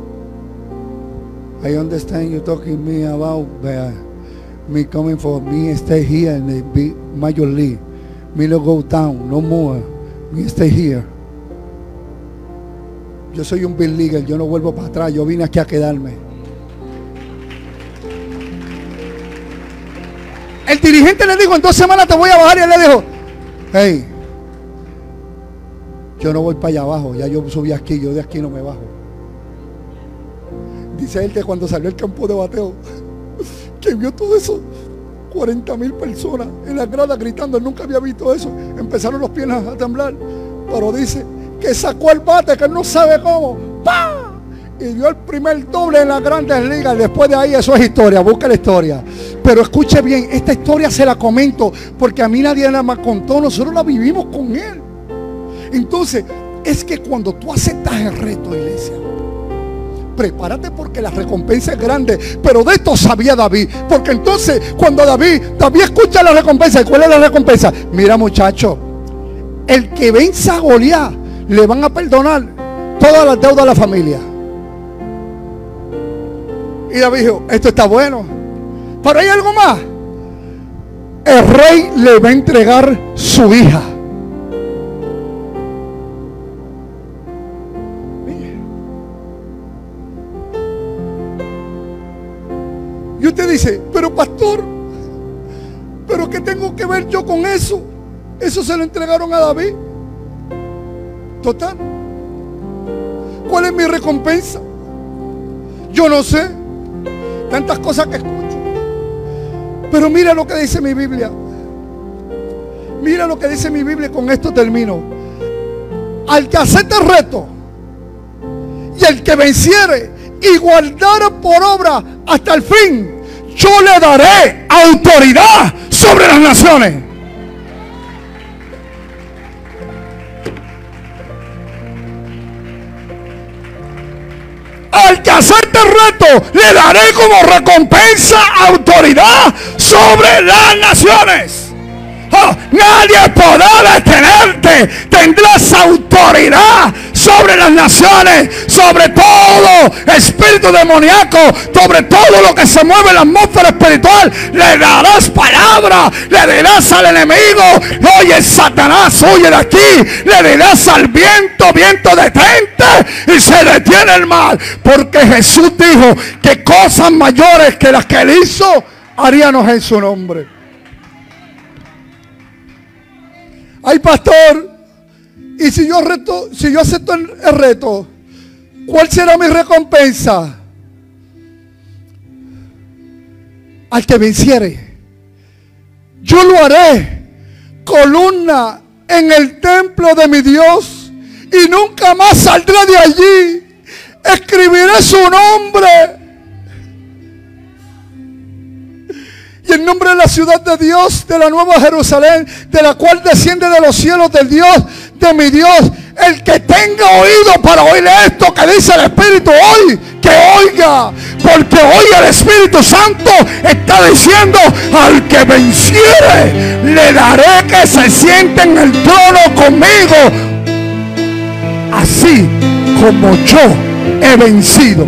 S2: I understand you talking me about uh, me coming for me stay here in the big major league. Me no go down, no more. Me stay here. Yo soy un big leaguer, yo no vuelvo para atrás, yo vine aquí a quedarme. El dirigente le dijo: en dos semanas te voy a bajar, y él le dijo: hey, yo no voy para allá abajo, ya yo subí aquí, yo de aquí no me bajo. Dice él que cuando salió el campo de bateo, que vio todo eso, cuarenta mil personas en la grada gritando, él nunca había visto eso. Empezaron los pies a temblar, pero dice que sacó el bate, que él no sabe cómo, ¡pah! Y dio el primer doble en las Grandes Ligas. Después de ahí eso es historia, busca la historia. Pero escuche bien, esta historia se la comento porque a mí nadie la me contó, nosotros la vivimos con él. Entonces, es que cuando tú aceptas el reto, iglesia, prepárate porque la recompensa es grande. Pero de esto sabía David, porque entonces cuando David David escucha la recompensa, ¿y cuál es la recompensa? Mira, muchacho, el que venza a Goliat le van a perdonar todas las deudas de la familia. Y David dijo: esto está bueno, pero hay algo más. El rey le va a entregar su hija. Eso se lo entregaron a David. Total. ¿Cuál es mi recompensa? Yo no sé. Tantas cosas que escucho. Pero mira lo que dice mi Biblia. Mira lo que dice mi Biblia y con esto termino. Al que acepte el reto y el que venciere y guardara por obra hasta el fin, yo le daré autoridad sobre las naciones. Al que acepte el reto, le daré como recompensa autoridad sobre las naciones. Oh, nadie podrá detenerte. Tendrás autoridad sobre las naciones, sobre todo espíritu demoníaco, sobre todo lo que se mueve en la atmósfera espiritual. Le darás palabra, le dirás al enemigo: oye, Satanás, huye de aquí. Le dirás al viento: viento, detente, y se detiene el mal. Porque Jesús dijo que cosas mayores que las que él hizo haríamos en su nombre. Ay, pastor, y si yo reto, si yo acepto el, el reto, ¿cuál será mi recompensa? Al que venciere, yo lo haré columna en el templo de mi Dios, y nunca más saldré de allí. Escribiré su nombre y el nombre de la ciudad de Dios, de la nueva Jerusalén, de la cual desciende de los cielos del Dios, de mi Dios. El que tenga oído para oír esto que dice el Espíritu hoy, que oiga. Porque hoy el Espíritu Santo está diciendo: al que venciere, le daré que se siente en el trono conmigo, así como yo he vencido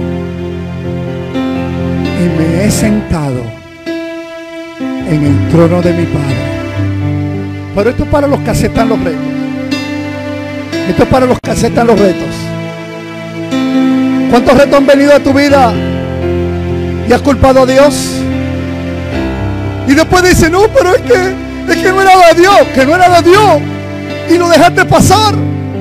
S2: y me he sentado en el trono de mi Padre. Pero esto es para los que aceptan los retos. Esto es para los que aceptan los retos. ¿Cuántos retos han venido a tu vida y has culpado a Dios? Y después dices: no, pero es que es que no era de Dios, que no era de Dios, y lo dejaste pasar.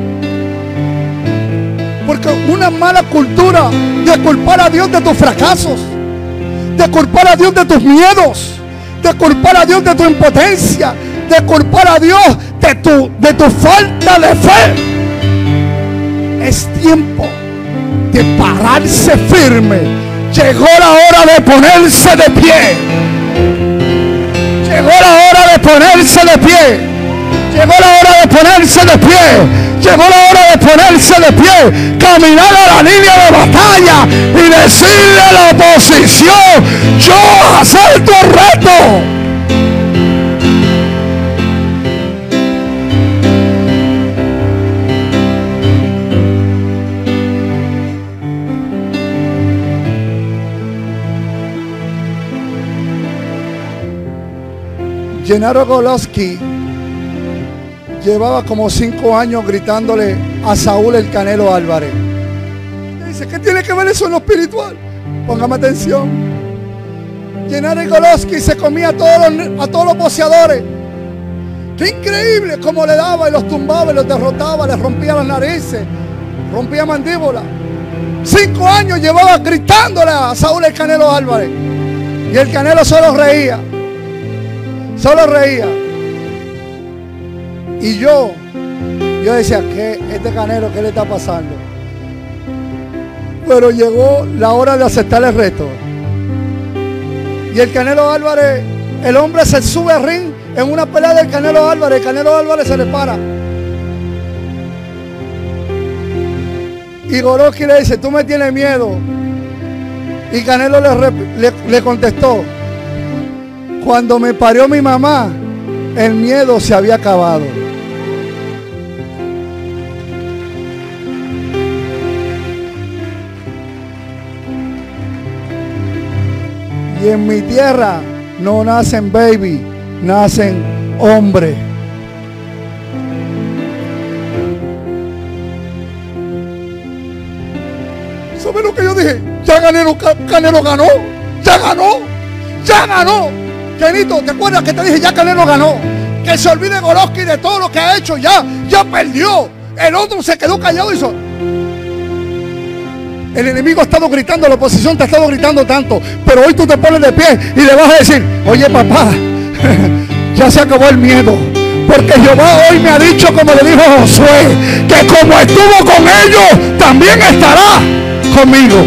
S2: Porque una mala cultura de culpar a Dios de tus fracasos, de culpar a Dios de tus miedos, de culpar a Dios de tu impotencia, de culpar a Dios de tu, de tu falta de fe. Es tiempo de pararse firme. Llegó la hora de ponerse de pie. Llegó la hora de ponerse de pie. Llegó la hora de ponerse de pie. Llegó la hora de ponerse de pie, caminar a la línea de batalla y decirle a la oposición: yo acepto el reto. Gennaro Golovkin llevaba como cinco años gritándole a Saúl el Canelo Álvarez. Y dice: ¿qué tiene que ver eso en lo espiritual? Póngame atención. Gennaro Golovkin se comía a todos los, a todos los boxeadores. Qué increíble cómo le daba y los tumbaba y los derrotaba, les rompía las narices, rompía mandíbulas. Cinco años llevaba gritándole a Saúl el Canelo Álvarez. Y el Canelo solo reía. Solo reía. Y yo, yo decía: ¿qué, este Canelo, qué le está pasando? Pero llegó la hora de aceptar el reto. Y el Canelo Álvarez, el hombre se sube al ring en una pelea del Canelo Álvarez. El Canelo Álvarez se le para. Y Golovkin le dice: tú me tienes miedo. Y Canelo le, le, le contestó: cuando me parió mi mamá, el miedo se había acabado. Y en mi tierra no nacen baby, nacen hombres. ¿Sabe lo que yo dije? Ya Canelo, Canelo ganó, ya ganó, ya ganó. Kenito, ¿te acuerdas que te dije ya Canelo ganó? Que se olvide Goloski de todo lo que ha hecho. Ya, ya perdió. El otro se quedó callado y hizo. El enemigo ha estado gritando, la oposición te ha estado gritando tanto, pero hoy tú te pones de pie y le vas a decir: oye, papá, ya se acabó el miedo, porque Jehová hoy me ha dicho, como le dijo a Josué, que como estuvo con ellos, también estará conmigo.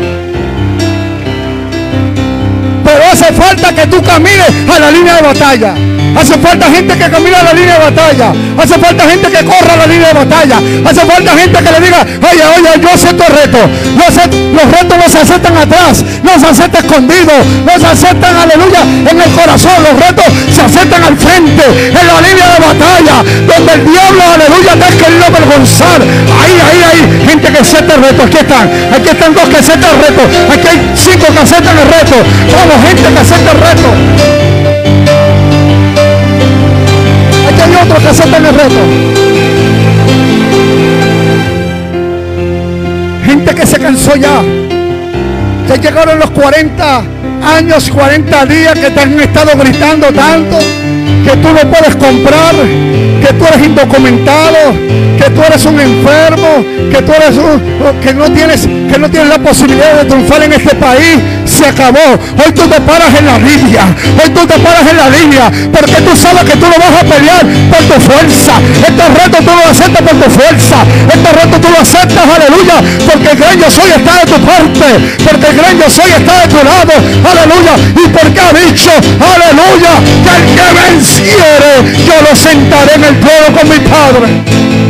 S2: Pero hace falta que tú camines a la línea de batalla. Hace falta gente que camina a la línea de batalla. Hace falta gente que corra a la línea de batalla. Hace falta gente que le diga: oye, oye, yo acepto el reto. Yo acepto, los retos no se aceptan atrás, no se aceptan escondidos, no se aceptan, aleluya, en el corazón. Los retos se aceptan al frente, en la línea de batalla, donde el diablo, aleluya, te ha querido avergonzar. Ahí, ahí, ahí, gente que acepta el reto. Aquí están, aquí están dos que aceptan el reto. Aquí hay cinco que aceptan el reto. Vamos, gente que acepta el reto. Aquí hay otros que aceptan el reto. Gente que se cansó ya. Que llegaron los cuarenta años, cuarenta días que te han estado gritando tanto que tú no puedes comprar, que tú eres indocumentado, que tú eres un enfermo, que tú eres un, que no tienes, que no tienes la posibilidad de triunfar en este país. Se acabó. Hoy tú te paras en la línea. Hoy tú te paras en la línea, porque tú sabes que tú no vas a pelear por tu fuerza. Este reto tú lo aceptas por tu fuerza. Este reto tú lo aceptas, aleluya, porque el gran yo soy está de tu parte, porque el gran yo soy está de tu lado, aleluya. Y porque ha dicho, aleluya, que el que venciere, yo lo sentaré en el trono con mi Padre.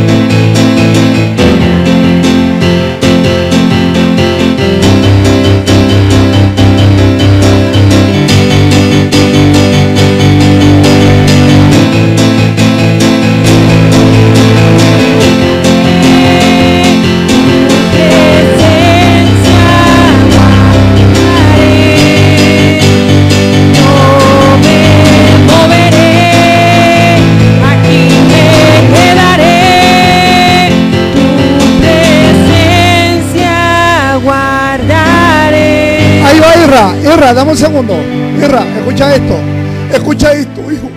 S2: Irra, dame un segundo. Irra, escucha esto. Escucha esto, hijo.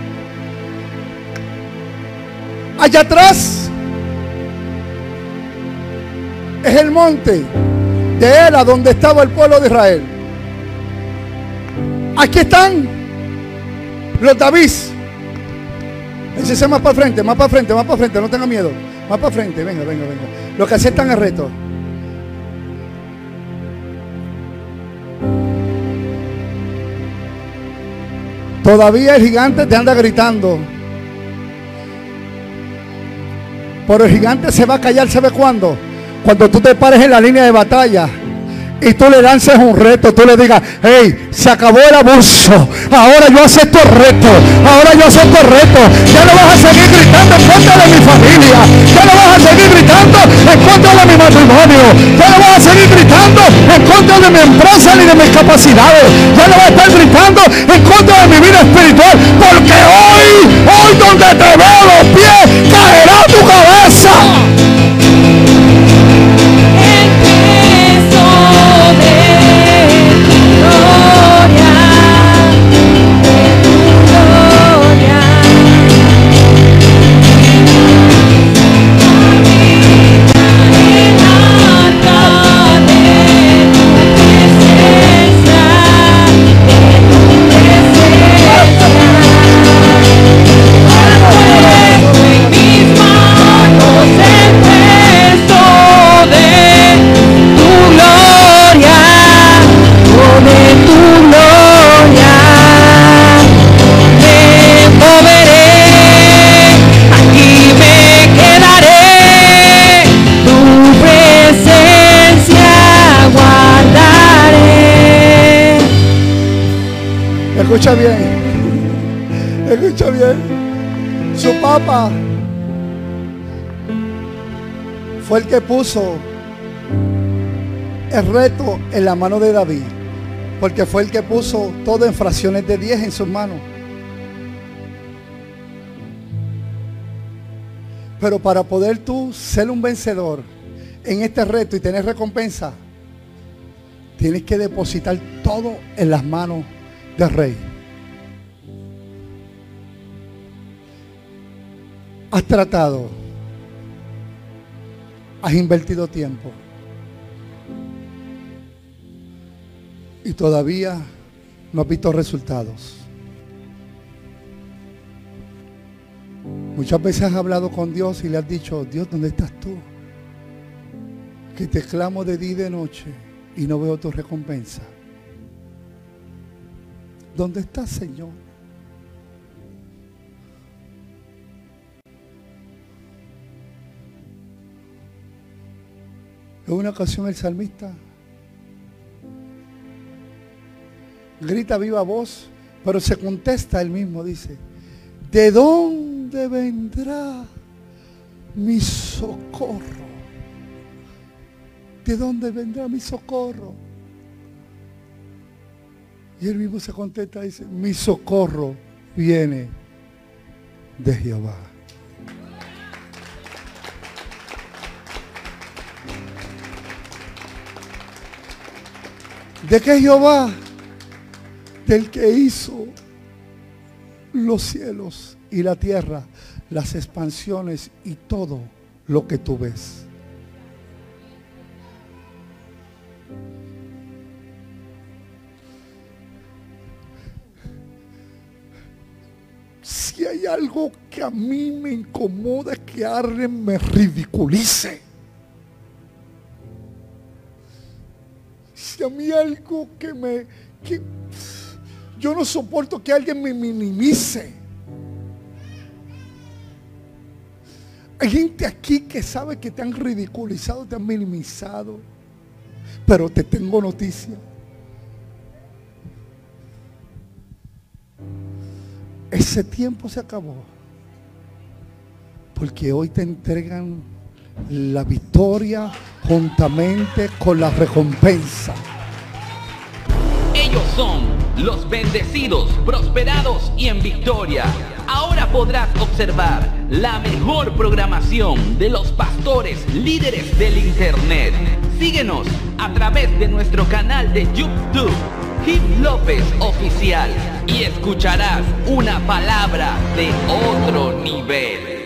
S2: Allá atrás es el monte de Ela, donde estaba el pueblo de Israel. Aquí están los David. Ese más para frente, más para frente, más para frente. No tenga miedo. Más para frente, venga, venga, venga. Los que aceptan el reto. Todavía el gigante te anda gritando. Pero el gigante se va a callar, ¿sabe cuándo? Cuando tú te pares en la línea de batalla y tú le lances un reto, tú le digas: hey, se acabó el abuso, ahora yo acepto el reto, ahora yo acepto el reto. Ya no vas a seguir gritando en contra de mi familia, ya no vas a seguir gritando en contra de mi matrimonio, ya no vas a seguir gritando en contra de mi empresa ni de mis capacidades, ya no vas a estar gritando en contra de mi vida espiritual, porque hoy, hoy donde te veo los pies, caerá tu cabeza. Escucha bien, escucha bien. Su papá fue el que puso el reto en la mano de David, porque fue el que puso todo en fracciones de diez en sus manos. Pero para poder tú ser un vencedor en este reto y tener recompensa, tienes que depositar todo en las manos del rey. Has tratado, has invertido tiempo y todavía no has visto resultados. Muchas veces has hablado con Dios y le has dicho: Dios, ¿dónde estás tú? Que te clamo de día y de noche y no veo tu recompensa. ¿Dónde estás, Señor? En una ocasión el salmista grita a viva voz, pero se contesta él mismo, dice: ¿de dónde vendrá mi socorro? ¿De dónde vendrá mi socorro? Y él mismo se contesta, dice: mi socorro viene de Jehová. ¿De qué Jehová? Del que hizo los cielos y la tierra, las expansiones y todo lo que tú ves. Si hay algo que a mí me incomoda, es que alguien me ridiculice. Si a mí algo que me... que yo no soporto que alguien me minimice. Hay gente aquí que sabe que te han ridiculizado, te han minimizado. Pero te tengo noticia. Ese tiempo se acabó. Porque hoy te entregan la victoria juntamente con la recompensa.
S1: Ellos son los bendecidos, prosperados y en victoria. Ahora podrás observar la mejor programación de los pastores líderes del internet. Síguenos a través de nuestro canal de YouTube, Gib López Oficial, y escucharás una palabra de otro nivel.